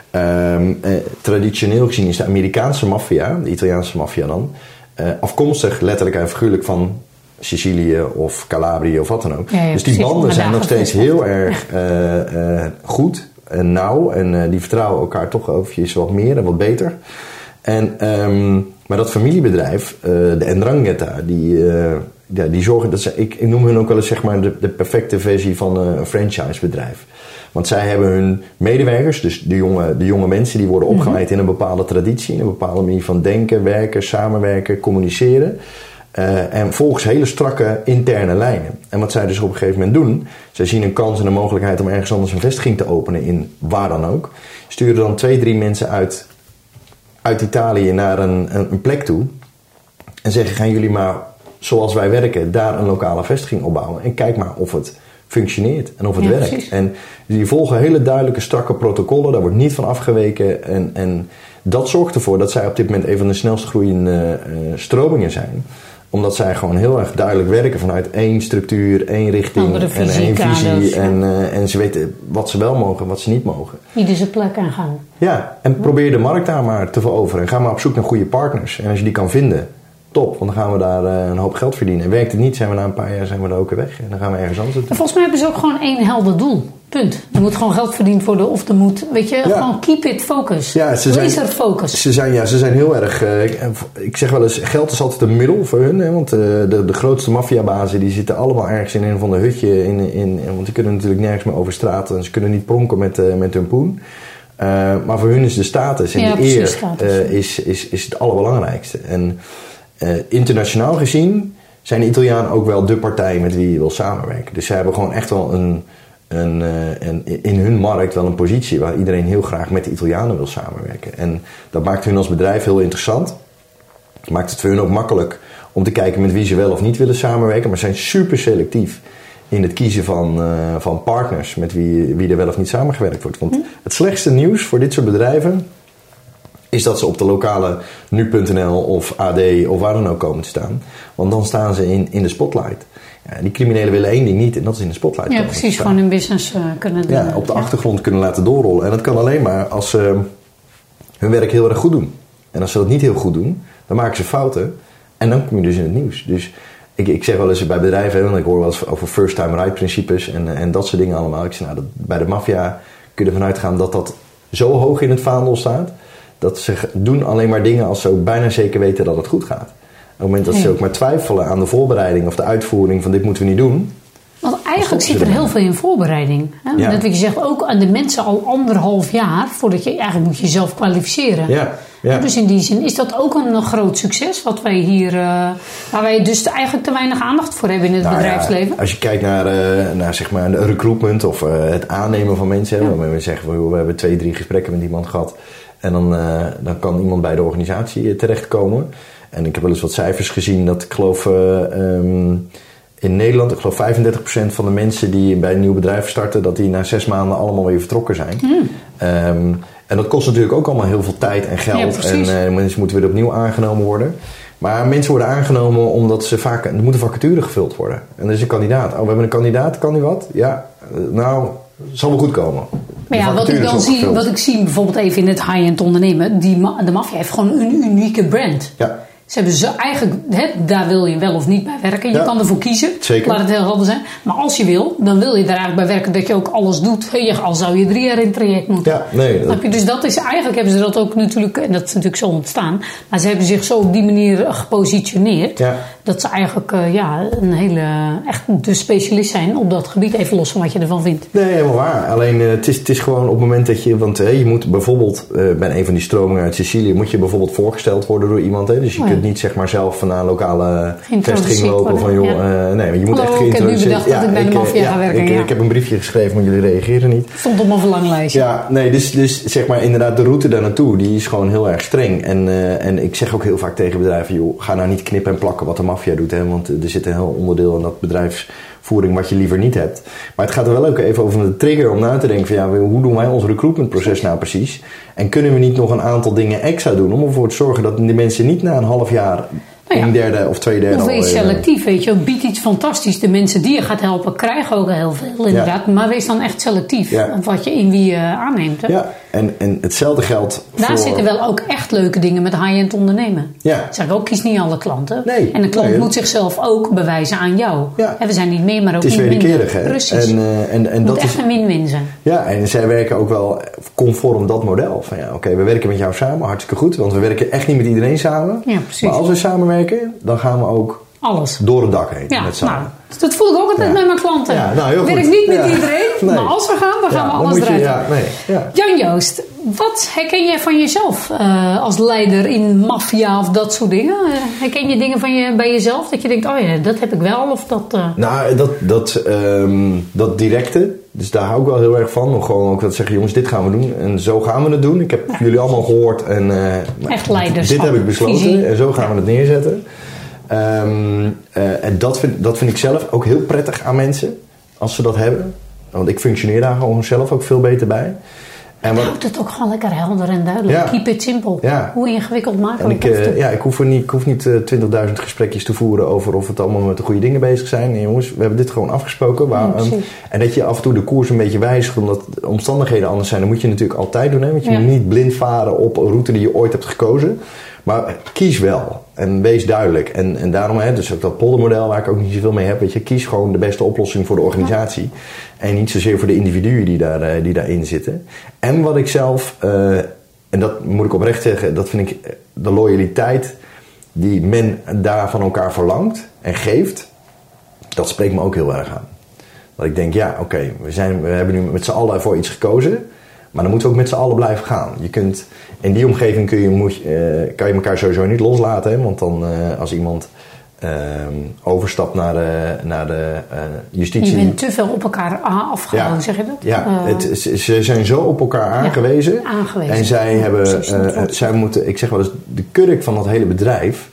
Traditioneel gezien is de Amerikaanse maffia, de Italiaanse maffia dan, afkomstig letterlijk en figuurlijk van Sicilië of Calabrië of wat dan ook. Ja, dus die banden zijn nog steeds heel erg goed en nauw. En die vertrouwen elkaar toch eventjes wat meer en wat beter. Maar dat familiebedrijf, de 'Ndrangheta, die zorgen dat ik noem hun ook wel eens zeg maar de perfecte versie van een franchisebedrijf. Want zij hebben hun medewerkers, dus de jonge mensen, die worden opgeleid in een bepaalde traditie, in een bepaalde manier van denken, werken, samenwerken, communiceren. En volgens hele strakke interne lijnen. En wat zij dus op een gegeven moment doen, zij zien een kans en een mogelijkheid om ergens anders een vestiging te openen in waar dan ook. Sturen dan 2-3 mensen uit Italië naar een plek toe. En zeggen, gaan jullie maar zoals wij werken, daar een lokale vestiging opbouwen. En kijk maar of het functioneert en of het werkt. Precies. En die volgen hele duidelijke, strakke protocollen. Daar wordt niet van afgeweken. En dat zorgt ervoor dat zij op dit moment een van de snelst groeiende stromingen zijn. Omdat zij gewoon heel erg duidelijk werken vanuit één structuur, één richting en één visie. En ze weten wat ze wel mogen en wat ze niet mogen. Ieder zijn plek aangaan. Ja, en probeer de markt daar maar te veroveren. En ga maar op zoek naar goede partners. En als je die kan vinden, top, want dan gaan we daar een hoop geld verdienen. En werkt het niet, zijn we na een paar jaar er ook weer weg. En dan gaan we ergens anders naartoe. Volgens mij hebben ze ook gewoon één helder doel. Punt. Er moet gewoon geld verdiend worden of er moet, gewoon keep it focus. Ja, laser focus. Ze zijn heel erg, ik zeg wel eens, geld is altijd een middel voor hun. Hè, want de grootste maffiabazen die zitten allemaal ergens in een of ander hutje. Want die kunnen natuurlijk nergens meer over straat. En ze kunnen niet pronken met hun poen. Maar voor hun is de status en de eer is het allerbelangrijkste. En internationaal gezien zijn de Italianen ook wel de partij met wie je wil samenwerken. Dus zij hebben gewoon echt wel in hun markt wel een positie waar iedereen heel graag met de Italianen wil samenwerken. En dat maakt hun als bedrijf heel interessant. Maakt het voor hun ook makkelijk om te kijken met wie ze wel of niet willen samenwerken. Maar ze zijn super selectief in het kiezen van partners met wie er wel of niet samengewerkt wordt. Want het slechtste nieuws voor dit soort bedrijven is dat ze op de lokale nu.nl of AD of waar dan ook komen te staan. Want dan staan ze in de spotlight. Ja, die criminelen willen één ding niet en dat is in de spotlight. Ja, precies. Gewoon hun business kunnen doen. Ja, op de achtergrond kunnen laten doorrollen. En dat kan alleen maar als ze hun werk heel erg goed doen. En als ze dat niet heel goed doen, dan maken ze fouten. En dan kom je dus in het nieuws. Dus ik zeg wel eens bij bedrijven, want ik hoor wel eens over first time right principes en dat soort dingen allemaal. Ik zeg, bij de maffia kun je ervan uitgaan dat dat zo hoog in het vaandel staat. Dat ze doen alleen maar dingen als ze ook bijna zeker weten dat het goed gaat. Op het moment dat ze ook maar twijfelen aan de voorbereiding of de uitvoering van dit moeten we niet doen. Want eigenlijk zit er heel veel in voorbereiding. Hè? Ja. Dat wat je zegt, ook aan de mensen al 1,5 jaar voordat je eigenlijk moet jezelf kwalificeren. Ja. Ja. Dus in die zin is dat ook een groot succes wat wij hier, waar wij dus eigenlijk te weinig aandacht voor hebben in het bedrijfsleven. Ja, als je kijkt naar zeg maar de recruitment of het aannemen van mensen. Waarbij we zeggen, we hebben 2-3 gesprekken met iemand gehad. En dan kan iemand bij de organisatie terechtkomen. En ik heb wel eens wat cijfers gezien dat ik geloof in Nederland, ik geloof 35% van de mensen die bij een nieuw bedrijf starten, dat die na 6 maanden allemaal weer vertrokken zijn. En dat kost natuurlijk ook allemaal heel veel tijd en geld. Ja, en mensen moeten weer opnieuw aangenomen worden. Maar mensen worden aangenomen omdat er moet een vacature gevuld worden. En er is een kandidaat. Oh, we hebben een kandidaat, kan die wat? Ja, nou, zal wel goed komen. Maar ja, wat ik zie bijvoorbeeld even in het high-end ondernemen, de maffia heeft gewoon een unieke brand. Ja. Ze hebben ze eigenlijk, daar wil je wel of niet bij werken. Je kan ervoor kiezen, zeker. Laat het heel helder zijn. Maar als je wil, dan wil je er eigenlijk bij werken dat je ook alles doet. Al zou je 3 jaar in het traject moeten. Ja, nee. Dus dat is eigenlijk, hebben ze dat ook natuurlijk, en dat is natuurlijk zo ontstaan. Maar ze hebben zich zo op die manier gepositioneerd. Ja. Dat ze eigenlijk een hele, echt de specialist zijn op dat gebied. Even los van wat je ervan vindt. Nee, helemaal waar. Alleen het is gewoon op het moment dat je, want je moet bijvoorbeeld bij een van die stromingen uit Sicilië, moet je bijvoorbeeld voorgesteld worden door iemand. Dus je kunt niet zeg maar zelf naar een lokale vestiging lopen van joh, nee, je moet echt geïntroduceerd. Ik heb nu bedacht dat ik bij de maffia ga werken. Ik heb een briefje geschreven, maar jullie reageren niet. Stond op mijn verlanglijstje. Ja, nee, dus zeg maar inderdaad de route daar naartoe, die is gewoon heel erg streng. En ik zeg ook heel vaak tegen bedrijven, joh, ga nou niet knippen en plakken wat de maffia doet, hè, want er zit een heel onderdeel in dat bedrijfsvoering wat je liever niet hebt. Maar het gaat er wel ook even over de trigger om na te denken van hoe doen wij ons recruitmentproces nou precies? En kunnen we niet nog een aantal dingen extra doen om ervoor te zorgen dat die mensen niet na een half jaar 1/3 of 2/3 of wees selectief, weet je. Bied iets fantastisch. De mensen die je gaat helpen krijgen ook heel veel, inderdaad. Ja. Maar wees dan echt selectief in wie je aanneemt. Hè? Ja, en hetzelfde geldt Daar zitten wel ook echt leuke dingen met high-end ondernemen. Ja. Zeg ik ook, kies niet alle klanten. Nee. En de klant moet zichzelf ook bewijzen aan jou. Ja. En we zijn niet meer, maar ook niet minder. Het is wederkerig, hè? Precies. Het moet echt een win-win zijn. Ja, en zij werken ook wel conform dat model. Van oké, we werken met jou samen, hartstikke goed. Want we werken echt niet met iedereen samen. Ja, precies. Maar als we samenwerken, dan gaan we ook alles door het dak heen. Ja, met samen. Nou, dat voel ik ook altijd met mijn klanten. Ja, nou, heel goed. Werk niet met iedereen, maar als we gaan, dan gaan we alles eruit. Jan-Joost, wat herken jij van jezelf als leider in maffia of dat soort dingen? Herken je dingen bij jezelf dat je denkt, oh ja, dat heb ik wel of dat... Nou, dat directe, dus daar hou ik wel heel erg van. Om gewoon ook wat te zeggen, jongens, dit gaan we doen en zo gaan we het doen. Ik heb jullie allemaal gehoord en echt leiderschap. Dit heb ik besloten visie. En zo gaan we het neerzetten. En dat vind ik zelf ook heel prettig aan mensen, als ze dat hebben. Want ik functioneer daar gewoon zelf ook veel beter bij. En houdt het ook gewoon lekker helder en duidelijk. Ja. Keep it simple. Ja. Hoe ingewikkeld maken we het? Ik hoef niet 20.000 gesprekjes te voeren over of het allemaal met de goede dingen bezig zijn. Nee, jongens, we hebben dit gewoon afgesproken. En dat je af en toe de koers een beetje wijzigt omdat de omstandigheden anders zijn. Dat moet je natuurlijk altijd doen. Hè? Want je moet niet blind varen op een route die je ooit hebt gekozen. Maar kies wel. En wees duidelijk. En daarom, dus ook dat poldermodel waar ik ook niet zoveel mee heb. Weet je, kies gewoon de beste oplossing voor de organisatie. Ja. En niet zozeer voor de individuen die daarin zitten. En wat ik zelf, en dat moet ik oprecht zeggen, dat vind ik de loyaliteit die men daar van elkaar verlangt en geeft. Dat spreekt me ook heel erg aan. Dat ik denk, ja, oké, we hebben nu met z'n allen voor iets gekozen. Maar dan moeten we ook met z'n allen blijven gaan. Je kunt, in die omgeving kan je elkaar sowieso niet loslaten. Hè? Want dan als iemand overstapt naar de justitie. Je bent te veel op elkaar afgehouden, zeg je dat? Ja, ze zijn zo op elkaar aangewezen. En zij hebben, zij moeten, ik zeg wel eens, de kurk van dat hele bedrijf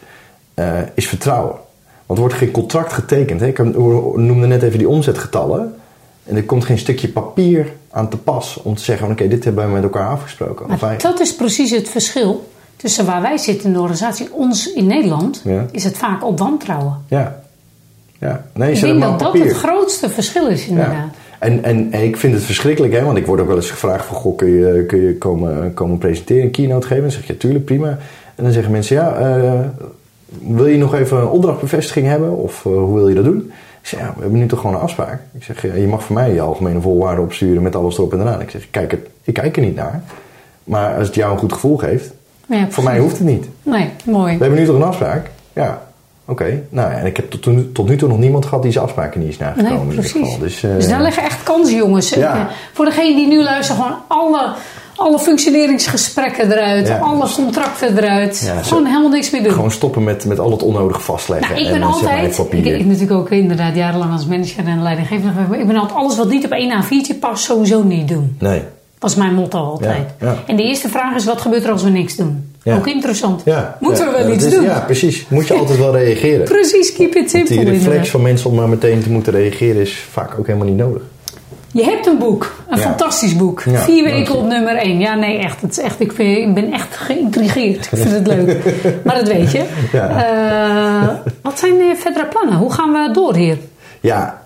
is vertrouwen. Want er wordt geen contract getekend. Hè? Ik noemde net even die omzetgetallen. En er komt geen stukje papier aan te pas om te zeggen, oké, dit hebben we met elkaar afgesproken. Maar dat is precies het verschil tussen waar wij zitten in de organisatie. Ons in Nederland is het vaak op wantrouwen. Ja. Nee, ik denk dat het grootste verschil is inderdaad. Ja. En ik vind het verschrikkelijk, hè, want ik word ook wel eens gevraagd van, goh, kun je komen presenteren, een keynote geven? En dan zeg je, tuurlijk, prima. En dan zeggen mensen, wil je nog even een opdrachtbevestiging hebben? Of hoe wil je dat doen? Ik zeg, we hebben nu toch gewoon een afspraak. Ik zeg, je mag voor mij je algemene voorwaarden opsturen met alles erop en eraan. Ik zeg, ik kijk er niet naar. Maar als het jou een goed gevoel geeft, voor mij hoeft het niet. Nee, mooi. We hebben nu toch een afspraak? Ja, oké. Nou, en ik heb tot nu toe nog niemand gehad die zijn afspraken niet is nagekomen. Nee, precies. Dus daar liggen echt kansen, jongens. Ja. Voor degene die nu luisteren, gewoon alle functioneringsgesprekken eruit, alle contracten eruit. Ja, gewoon helemaal niks meer doen. Gewoon stoppen met al het onnodige vastleggen. Nou, ik ben altijd, ik natuurlijk ook inderdaad jarenlang als manager en leidinggever. Ik ben altijd alles wat niet op 1 A4'tje past, sowieso niet doen. Nee. Dat is mijn motto altijd. Ja. En de eerste vraag is, wat gebeurt er als we niks doen? Ja. Ook interessant. Ja. Moeten we wel iets doen? Ja, precies. Moet je altijd wel reageren. Precies, keep it simple. Want die reflex van mensen om maar meteen te moeten reageren is vaak ook helemaal niet nodig. Je hebt een boek. Een fantastisch boek. 4 weken op nummer 1. Ja, nee, echt. Het is echt ik ben echt geïntrigeerd. Ik vind het leuk. Maar dat weet je. Ja. Wat zijn de verdere plannen? Hoe gaan we door hier? Ja,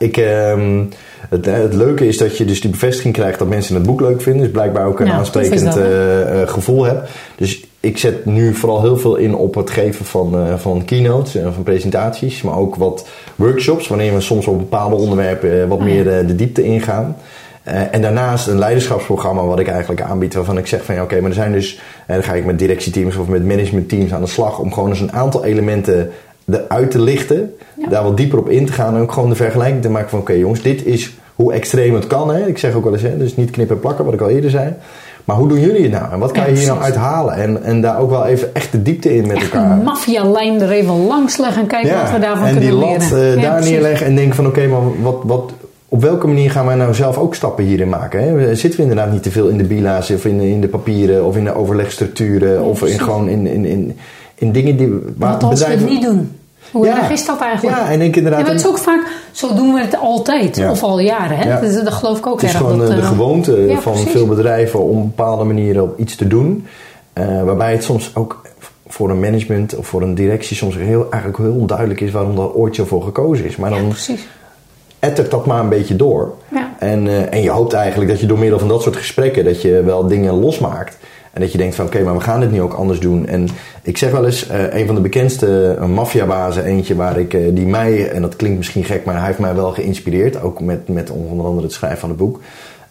het leuke is dat je dus die bevestiging krijgt dat mensen het boek leuk vinden. Dus blijkbaar ook een aansprekend gevoel hebt. Dus ik zet nu vooral heel veel in op het geven van keynotes en van presentaties. Maar ook wat workshops, wanneer we soms op bepaalde onderwerpen wat meer de diepte ingaan. En daarnaast een leiderschapsprogramma wat ik eigenlijk aanbied. Waarvan ik zeg van oké, maar er zijn dus... dan ga ik met directieteams of met managementteams aan de slag. Om gewoon eens een aantal elementen eruit te lichten. Ja. Daar wat dieper op in te gaan. En ook gewoon de vergelijking te maken van oké, jongens, dit is hoe extreem het kan. Hè? Ik zeg ook wel eens, dus niet knippen en plakken, wat ik al eerder zei. Maar hoe doen jullie het nou? En wat kan je hier nou uithalen? En daar ook wel even echt de diepte in met elkaar. Een maffia-lijn er even langs leggen en kijken wat we daarvan kunnen leren. En die lat daar neerleggen en denken van oké, maar op welke manier gaan wij nou zelf ook stappen hierin maken? Hè? Zitten we inderdaad niet te veel in de bila's of in de papieren of in de overlegstructuren of gewoon in dingen die... Wat als we het niet doen? Hoe erg is dat eigenlijk? Ja, en ik inderdaad... Ja, maar het is ook vaak... Zo doen we het altijd. Of al jaren. Hè? Ja. Dat geloof ik ook erg. Het is gewoon de gewoonte van veel bedrijven om op bepaalde manieren op iets te doen. Waarbij het soms ook voor een management of voor een directie soms eigenlijk heel onduidelijk is waarom daar ooit zo voor gekozen is. Maar dan ettert dat maar een beetje door. Ja. En je hoopt eigenlijk dat je door middel van dat soort gesprekken dat je wel dingen losmaakt. En dat je denkt van oké, maar we gaan dit nu ook anders doen. En ik zeg wel eens, een van de bekendste maffiabazen, eentje waar die mij, en dat klinkt misschien gek, maar hij heeft mij wel geïnspireerd. Ook met onder andere het schrijven van het boek.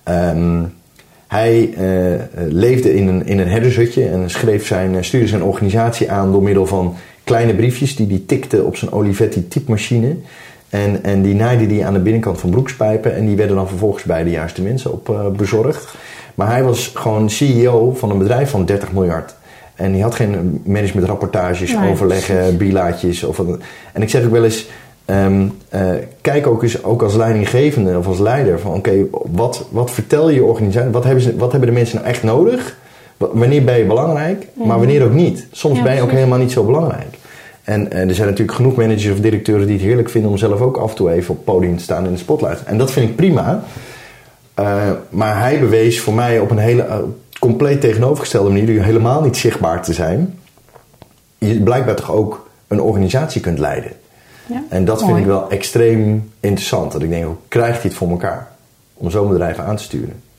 Hij leefde in een herdershutje en stuurde zijn organisatie aan door middel van kleine briefjes die hij tikte op zijn Olivetti typemachine. En die naaide hij aan de binnenkant van broekspijpen en die werden dan vervolgens bij de juiste mensen op bezorgd. Maar hij was gewoon CEO van een bedrijf van 30 miljard. En die had geen managementrapportages, overleggen, bilaatjes. En ik zeg ook wel eens, kijk ook eens ook als leidinggevende of als leider van oké, wat vertel je organisatie? Wat hebben de mensen nou echt nodig? Wanneer ben je belangrijk? Maar wanneer ook niet? Soms ben je ook helemaal niet zo belangrijk. En er zijn natuurlijk genoeg managers of directeuren die het heerlijk vinden om zelf ook af en toe even op het podium te staan in de spotlight. En dat vind ik prima. Maar hij bewees voor mij op een hele compleet tegenovergestelde manier, helemaal niet zichtbaar te zijn, je blijkbaar toch ook een organisatie kunt leiden. Ja, en dat vind ik wel extreem interessant. Dat ik denk, hoe krijgt hij het voor elkaar om zo'n bedrijf aan te sturen?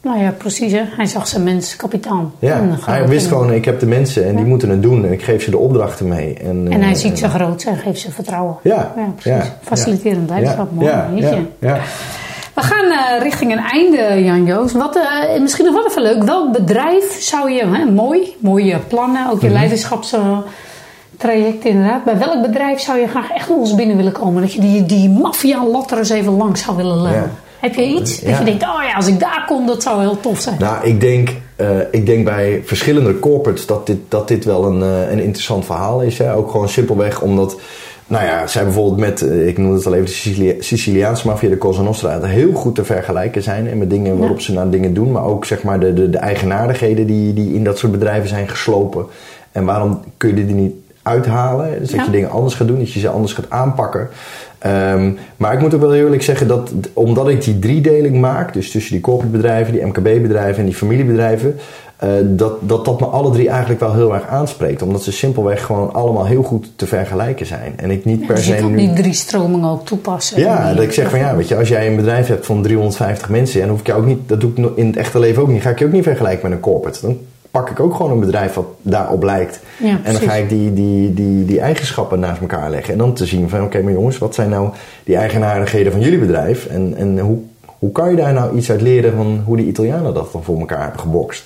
Nou ja, precies. Hè? Hij zag zijn mens, kapitein. Ja, hij wist gewoon, ik heb de mensen en die moeten het doen. En ik geef ze de opdrachten mee. En hij ziet ze groot en geeft ze vertrouwen. Ja, precies. Faciliterend leiderschap, mooi. Ja. We gaan richting een einde, Jan-Joost. Misschien nog wel even leuk. Welk bedrijf zou je, mooie plannen, ook je leiderschapstraject inderdaad. Bij welk bedrijf zou je graag echt nog eens binnen willen komen? Dat je die maffia-lat er eens even langs zou willen leggen? Ja. Heb je iets? Dat je denkt, als ik daar kom, dat zou heel tof zijn. Nou, ik denk bij verschillende corporates dat dit wel een interessant verhaal is. Hè? Ook gewoon simpelweg omdat... Nou ja, zij bijvoorbeeld met, ik noem het al even, de Siciliaanse maffia, de Cosa Nostra, heel goed te vergelijken zijn. En met dingen waarop ze nou dingen doen. Maar ook zeg maar de eigenaardigheden die in dat soort bedrijven zijn geslopen. En waarom kun je die niet uithalen? Dus dat je dingen anders gaat doen, dat je ze anders gaat aanpakken. Maar ik moet ook wel heel eerlijk zeggen dat omdat ik die driedeling maak, dus tussen die corporate bedrijven, die MKB-bedrijven en die familiebedrijven, dat me alle drie eigenlijk wel heel erg aanspreekt. Omdat ze simpelweg gewoon allemaal heel goed te vergelijken zijn. En ik niet per se. Je kan die drie stromingen ook toepassen. Ja, dat ik zeg van weet je, als jij een bedrijf hebt van 350 mensen, en hoef ik jou ook niet, dat doe ik in het echte leven ook niet, ga ik je ook niet vergelijken met een corporate. Dan pak ik ook gewoon een bedrijf wat daarop lijkt. Ja, en dan ga ik die eigenschappen naast elkaar leggen. En dan te zien van oké, maar jongens, wat zijn nou die eigenaardigheden van jullie bedrijf? En hoe kan je daar nou iets uit leren van hoe die Italianen dat dan voor elkaar hebben gebokst?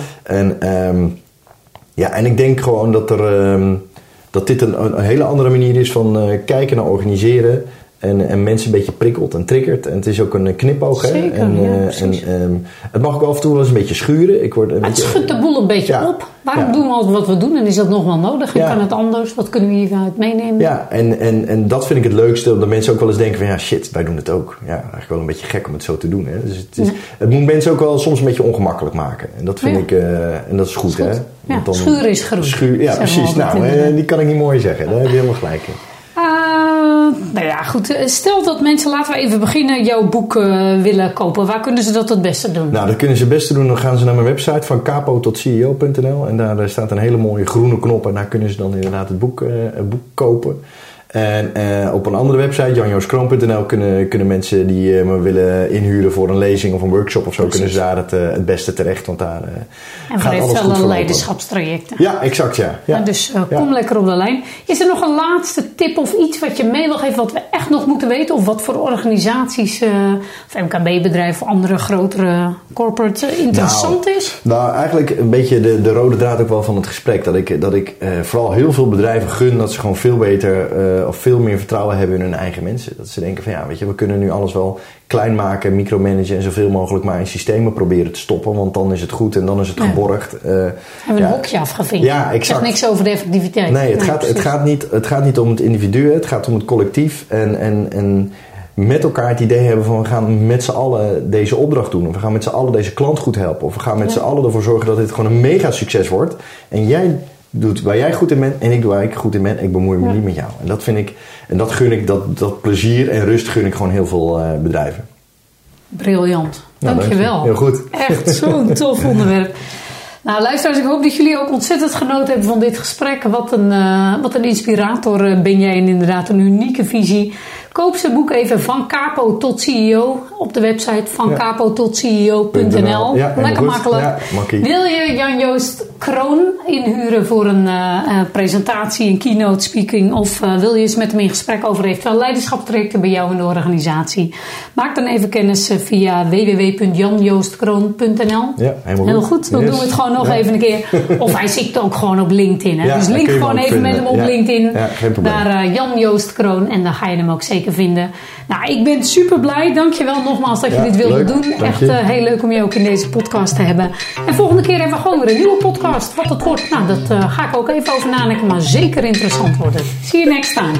Ja. En ik denk gewoon dat dit een hele andere manier is van kijken naar organiseren. En mensen een beetje prikkelt en triggert. En het is ook een knipoog. Zeker, en het mag ook af en toe wel eens een beetje schuren. Het schudt de boel een beetje op. Waarom doen we wat we doen? En is dat nog wel nodig? En kan het anders? Wat kunnen we hieruit meenemen? Ja, en dat vind ik het leukste. Dat mensen ook wel eens denken van shit, wij doen het ook. Ja, eigenlijk wel een beetje gek om het zo te doen. Hè? Dus het moet mensen ook wel soms een beetje ongemakkelijk maken. En dat vind ik, en dat is goed. Hè? Ja, schuren is groen. Ja, precies. Die kan ik niet mooi zeggen. Daar heb je helemaal gelijk in. Nou ja, goed. Stel dat mensen, laten we even beginnen, jouw boek willen kopen. Waar kunnen ze dat het beste doen? Nou, dat kunnen ze het beste doen. Dan gaan ze naar mijn website van capo-tot-ceo.nl. En daar staat een hele mooie groene knop. En daar kunnen ze dan inderdaad het boek kopen. En op een andere website, janjoostkroon.nl, kunnen mensen die me willen inhuren voor een lezing of een workshop of zo, kunnen ze daar het beste terecht. Want daar en gaat alles goed een leiderschapstraject. Ja, exact, ja. Dus kom lekker op de lijn. Is er nog een laatste tip of iets wat je mee wil geven wat we echt nog moeten weten? Of wat voor organisaties of MKB-bedrijven of andere grotere corporate interessant is? Nou, eigenlijk een beetje de rode draad ook wel van het gesprek. Dat ik vooral heel veel bedrijven gun dat ze gewoon veel beter of veel meer vertrouwen hebben in hun eigen mensen. Dat ze denken van weet je, we kunnen nu alles wel klein maken, micromanagen en zoveel mogelijk maar in systemen proberen te stoppen, want dan is het goed en dan is het geborgd. Hebben we een hokje afgevinkt. Ja, exact. Zegt niks over de effectiviteit. Nee, het gaat niet om het individu, het gaat om het collectief en met elkaar het idee hebben van we gaan met z'n allen deze opdracht doen. Of we gaan met z'n allen deze klant goed helpen. Of we gaan met z'n allen ervoor zorgen dat dit gewoon een mega succes wordt. En jij doet waar jij goed in bent en ik doe waar ik goed in ben. Ik bemoei me niet met jou. En dat vind ik, en dat gun ik, dat plezier en rust gun ik gewoon heel veel bedrijven. Briljant. Dankjewel. Heel goed. Echt zo'n tof onderwerp. Nou, luisteraars, ik hoop dat jullie ook ontzettend genoten hebben van dit gesprek. Wat een inspirator ben jij en inderdaad een unieke visie. Koop zijn boek even van Capo tot CEO op de website van capo-tot-ceo.nl. Ja, lekker makkelijk. Ja, wil je Jan-Joost Kroon inhuren voor een presentatie, een keynote speaking, of wil je eens met hem in gesprek over eventueel leiderschapstrajecten bij jou in de organisatie? Maak dan even kennis via www.janjoostkroon.nl. Ja, heel goed. Dan doen we het gewoon nog even een keer. Of hij zit ook gewoon op LinkedIn. Hè? Dus link gewoon even met hem op LinkedIn. Ja, geen probleem. Naar Jan-Joost Kroon en dan ga je hem ook zeker vinden. Nou, ik ben super blij. Dankjewel nogmaals dat je dit wilde doen. Echt heel leuk om je ook in deze podcast te hebben. En volgende keer hebben we gewoon weer een nieuwe podcast. Wat het wordt, nou, dat ga ik ook even over nadenken. Maar zeker interessant wordt het. See you next time.